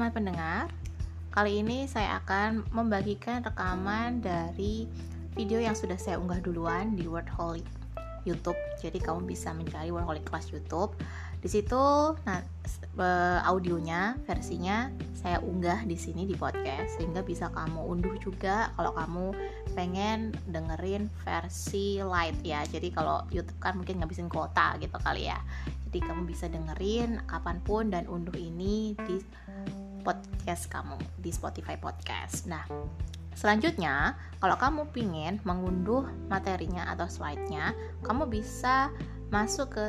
teman-teman pendengar, kali ini saya akan membagikan rekaman dari video yang sudah saya unggah duluan di Wordholic YouTube. Jadi kamu bisa mencari Wordholic Class YouTube. Di situ audionya, versinya saya unggah di sini di podcast, sehingga bisa kamu unduh juga kalau kamu pengen dengerin versi light ya. Jadi kalau YouTube kan mungkin ngabisin kuota gitu kali ya. Jadi kamu bisa dengerin kapanpun dan unduh ini di podcast kamu di Spotify Podcast. Nah, selanjutnya kalau kamu pingin mengunduh materinya atau slide-nya, kamu bisa masuk ke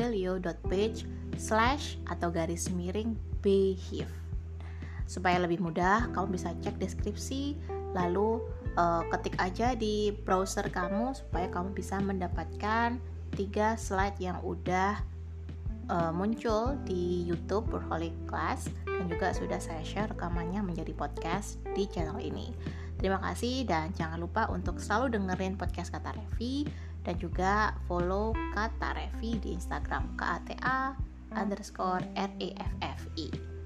tribelio.page/behave. Supaya lebih mudah, kamu bisa cek deskripsi, lalu ketik aja di browser kamu supaya kamu bisa mendapatkan 3 slide yang udah muncul di YouTube Wordholic Class, dan juga sudah saya share rekamannya menjadi podcast di channel ini. Terima kasih dan jangan lupa untuk selalu dengerin podcast Kata Revi dan juga follow Kata Revi di Instagram @KATA_REFFI.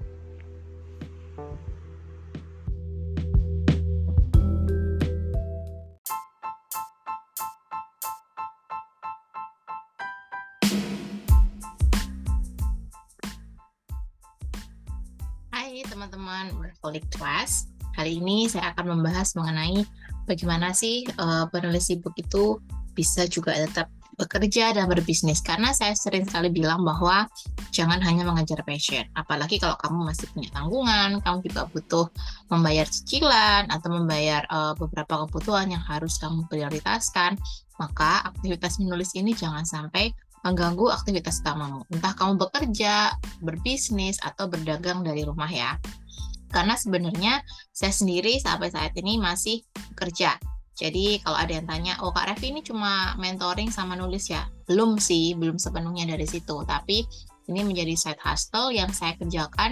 Hai teman-teman Wordholic Class. Hari ini saya akan membahas mengenai bagaimana sih penulis e-book itu bisa juga tetap bekerja dan berbisnis. Karena saya sering sekali bilang bahwa jangan hanya mengejar passion. Apalagi kalau kamu masih punya tanggungan, kamu juga butuh membayar cicilan atau membayar beberapa kebutuhan yang harus kamu prioritaskan. Maka aktivitas menulis ini jangan sampai mengganggu aktivitas utamamu. Entah kamu bekerja, berbisnis, atau berdagang dari rumah ya. Karena sebenarnya saya sendiri sampai saat ini masih bekerja. Jadi kalau ada yang tanya, oh Kak Revi ini cuma mentoring sama nulis ya? Belum sih, belum sepenuhnya dari situ. Tapi ini menjadi side hustle yang saya kerjakan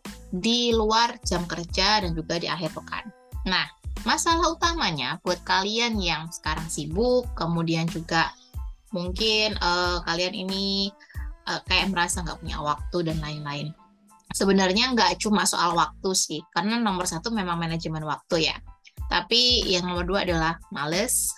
di luar jam kerja dan juga di akhir pekan. Nah, masalah utamanya buat kalian yang sekarang sibuk, kemudian juga mungkin kalian ini kayak merasa nggak punya waktu dan lain-lain. Sebenarnya nggak cuma soal waktu sih, karena nomor 1 memang manajemen waktu ya. Tapi yang nomor 2 adalah males.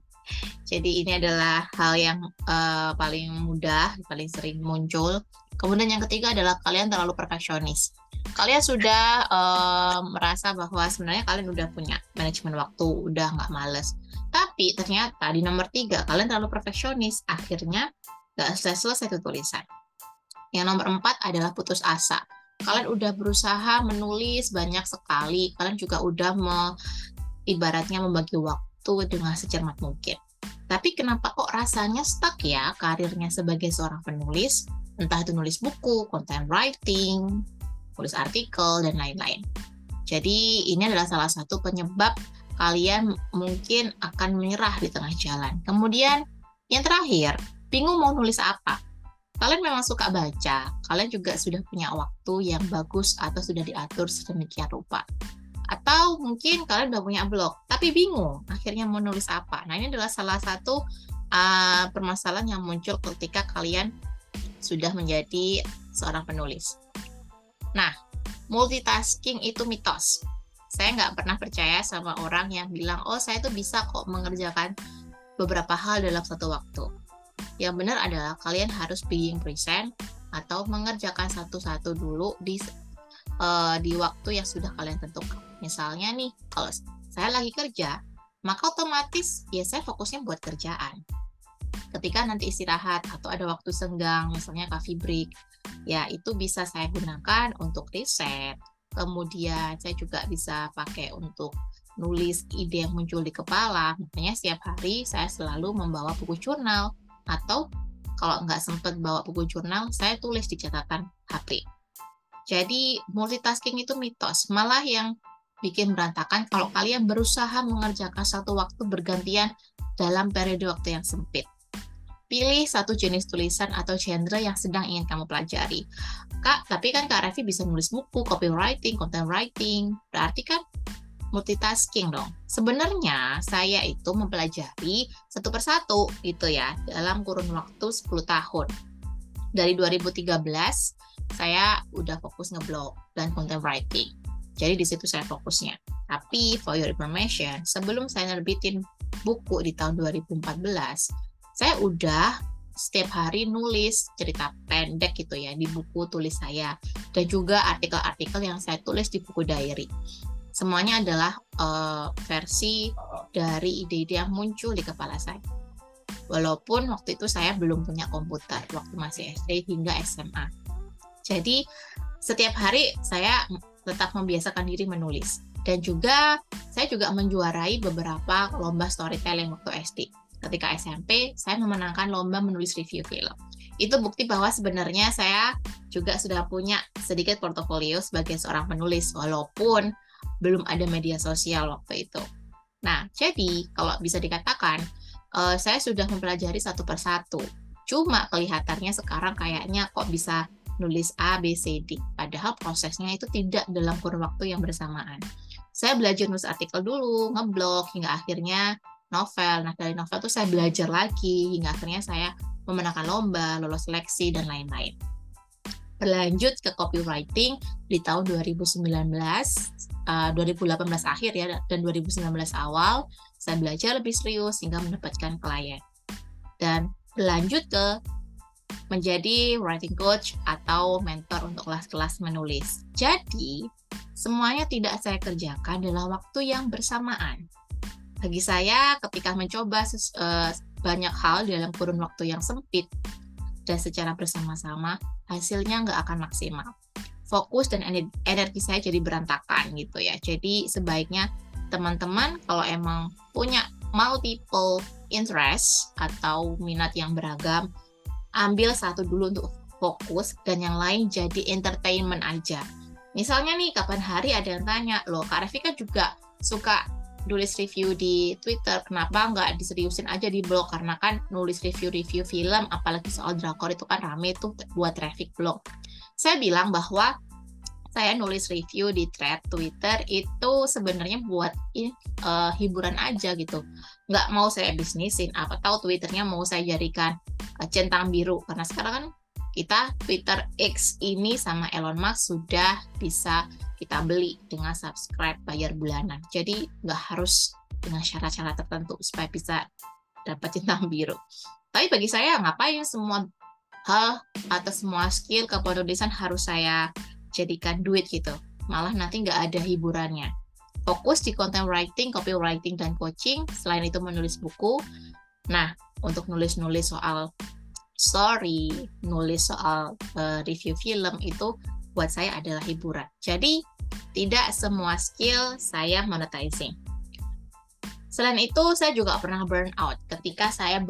Jadi ini adalah hal yang paling mudah, paling sering muncul. Kemudian yang ketiga adalah kalian terlalu perfeksionis. Kalian sudah merasa bahwa sebenarnya kalian udah punya manajemen waktu, udah nggak males. Tapi ternyata di nomor 3 kalian terlalu perfeksionis, akhirnya nggak selesai tulisan. Yang nomor 4 adalah putus asa. Kalian udah berusaha menulis banyak sekali, kalian juga udah ibaratnya membagi waktu dengan secermat mungkin. Tapi kenapa kok rasanya stuck ya karirnya sebagai seorang penulis, entah itu nulis buku, content writing, tulis artikel, dan lain-lain. Jadi ini adalah salah satu penyebab kalian mungkin akan menyerah di tengah jalan. Kemudian yang terakhir, bingung mau nulis apa. Kalian memang suka baca, kalian juga sudah punya waktu yang bagus atau sudah diatur sedemikian rupa. Atau mungkin kalian udah punya blog, tapi bingung akhirnya mau nulis apa. Nah, ini adalah salah satu permasalahan yang muncul ketika kalian sudah menjadi seorang penulis. Nah, multitasking itu mitos. Saya nggak pernah percaya sama orang yang bilang, oh saya tuh bisa kok mengerjakan beberapa hal dalam satu waktu. Yang benar adalah kalian harus being present atau mengerjakan satu-satu dulu di waktu yang sudah kalian tentukan. Misalnya nih, kalau saya lagi kerja, maka otomatis ya saya fokusnya buat kerjaan. Ketika nanti istirahat atau ada waktu senggang, misalnya coffee break, ya itu bisa saya gunakan untuk riset. Kemudian saya juga bisa pakai untuk nulis ide yang muncul di kepala. Makanya setiap hari saya selalu membawa buku jurnal. Atau kalau nggak sempat bawa buku jurnal, saya tulis di catatan HP. Jadi multitasking itu mitos. Malah yang bikin berantakan kalau kalian berusaha mengerjakan satu waktu bergantian dalam periode waktu yang sempit. Pilih satu jenis tulisan atau genre yang sedang ingin kamu pelajari. Kak, tapi kan Kak Revi bisa nulis buku, copywriting, content writing. Berarti kan multitasking dong. Sebenarnya saya itu mempelajari satu persatu gitu ya dalam kurun waktu 10 tahun. Dari 2013 saya udah fokus ngeblog dan content writing. Jadi di situ saya fokusnya. Tapi for your information, sebelum saya nerbitin buku di tahun 2014, saya udah setiap hari nulis cerita pendek gitu ya di buku tulis saya, dan juga artikel-artikel yang saya tulis di buku diary. Semuanya adalah versi dari ide-ide yang muncul di kepala saya. Walaupun waktu itu saya belum punya komputer, waktu masih SD hingga SMA. Jadi setiap hari saya tetap membiasakan diri menulis. Dan juga saya juga menjuarai beberapa lomba storytelling waktu SD. Ketika SMP, saya memenangkan lomba menulis review film. Itu bukti bahwa sebenarnya saya juga sudah punya sedikit portofolio sebagai seorang penulis, walaupun belum ada media sosial waktu itu. Nah, jadi kalau bisa dikatakan, saya sudah mempelajari satu persatu. Cuma kelihatannya sekarang kayaknya kok bisa nulis A, B, C, D. Padahal prosesnya itu tidak dalam kurun waktu yang bersamaan. Saya belajar nulis artikel dulu, ngeblog, hingga akhirnya novel. Nah, dari novel itu saya belajar lagi, hingga akhirnya saya memenangkan lomba, lolos seleksi, dan lain-lain. Berlanjut ke copywriting di tahun 2019, 2018 akhir ya, dan 2019 awal, saya belajar lebih serius hingga mendapatkan klien. Dan berlanjut ke menjadi writing coach atau mentor untuk kelas-kelas menulis. Jadi, semuanya tidak saya kerjakan dalam waktu yang bersamaan. Bagi saya, ketika mencoba banyak hal dalam kurun waktu yang sempit dan secara bersama-sama, hasilnya nggak akan maksimal. Fokus dan energi saya jadi berantakan gitu ya. Jadi sebaiknya teman-teman kalau emang punya multiple interest atau minat yang beragam, ambil satu dulu untuk fokus dan yang lain jadi entertainment aja. Misalnya nih, kapan hari ada yang tanya, loh Kak Revi kan juga suka nulis review di Twitter, kenapa nggak diseriusin aja di blog? Karena kan nulis review-review film, apalagi soal drakor itu kan rame tuh buat traffic blog. Saya bilang bahwa saya nulis review di thread Twitter itu sebenarnya buat hiburan aja gitu. Nggak mau saya bisnisin, apa tahu Twitternya mau saya jadikan centang biru. Karena sekarang kan kita Twitter X ini sama Elon Musk sudah bisa kita beli dengan subscribe bayar bulanan. Jadi nggak harus dengan syarat-syarat tertentu supaya bisa dapat centang biru. Tapi bagi saya ngapain semua hal atau semua skill kepenulisan harus saya jadikan duit gitu. Malah nanti nggak ada hiburannya. Fokus di content writing, copywriting, dan coaching. Selain itu menulis buku. Nah, untuk nulis-nulis soal story, nulis soal review film itu buat saya adalah hiburan. Jadi tidak semua skill saya monetizing. Selain itu saya juga pernah burn out ketika saya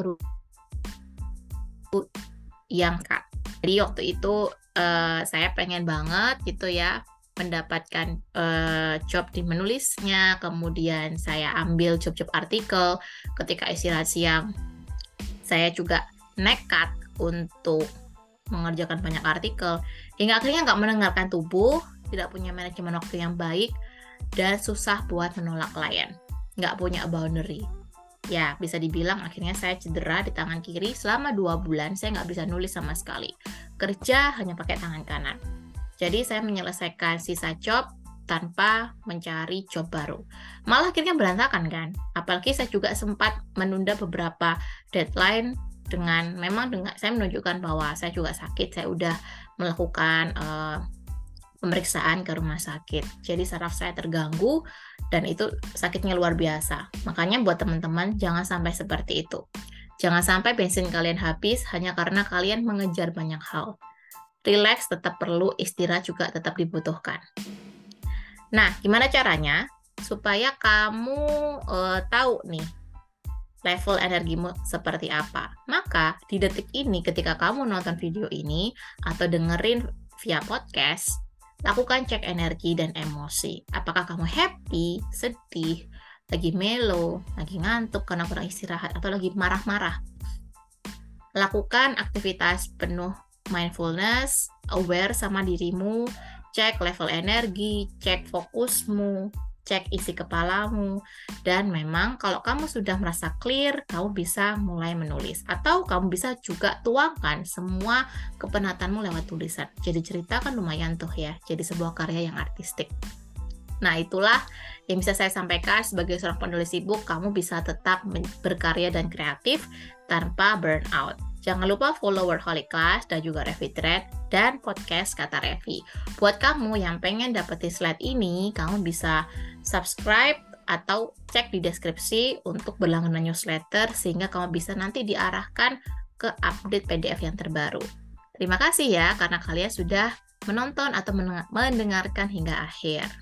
yang Kak. Jadi waktu itu saya pengen banget gitu ya mendapatkan job di menulisnya, kemudian saya ambil job-job artikel. Ketika istirahat siang saya juga nekat untuk mengerjakan banyak artikel, hingga akhirnya nggak mendengarkan tubuh, tidak punya manajemen waktu yang baik, dan susah buat menolak klien, nggak punya boundary. Ya, bisa dibilang akhirnya saya cedera di tangan kiri selama 2 bulan, saya nggak bisa nulis sama sekali. Kerja hanya pakai tangan kanan. Jadi saya menyelesaikan sisa job tanpa mencari job baru. Malah akhirnya berantakan kan? Apalagi saya juga sempat menunda beberapa deadline dengan saya menunjukkan bahwa saya juga sakit. Saya udah melakukan pemeriksaan ke rumah sakit. Jadi saraf saya terganggu dan itu sakitnya luar biasa. Makanya buat teman-teman jangan sampai seperti itu. Jangan sampai bensin kalian habis hanya karena kalian mengejar banyak hal. Relax tetap perlu, istirahat juga tetap dibutuhkan. Nah, gimana caranya supaya kamu tahu nih level energimu seperti apa? Maka di detik ini ketika kamu nonton video ini atau dengerin via podcast, lakukan cek energi dan emosi. Apakah kamu happy, sedih, lagi mellow, lagi ngantuk karena kurang istirahat, atau lagi marah-marah? Lakukan aktivitas penuh mindfulness, aware sama dirimu, cek level energi, cek fokusmu, cek isi kepalamu, dan memang kalau kamu sudah merasa clear, kamu bisa mulai menulis. Atau kamu bisa juga tuangkan semua kepenatanmu lewat tulisan. Jadi cerita kan lumayan tuh ya, jadi sebuah karya yang artistik. Nah, itulah yang bisa saya sampaikan sebagai seorang penulis e-book, kamu bisa tetap berkarya dan kreatif tanpa burnout. Jangan lupa follow Workaholic Class dan juga Revi Thread dan podcast Kata Revi. Buat kamu yang pengen dapetin slide ini, kamu bisa subscribe atau cek di deskripsi untuk berlangganan newsletter sehingga kamu bisa nanti diarahkan ke update PDF yang terbaru. Terima kasih ya karena kalian sudah menonton atau mendengarkan hingga akhir.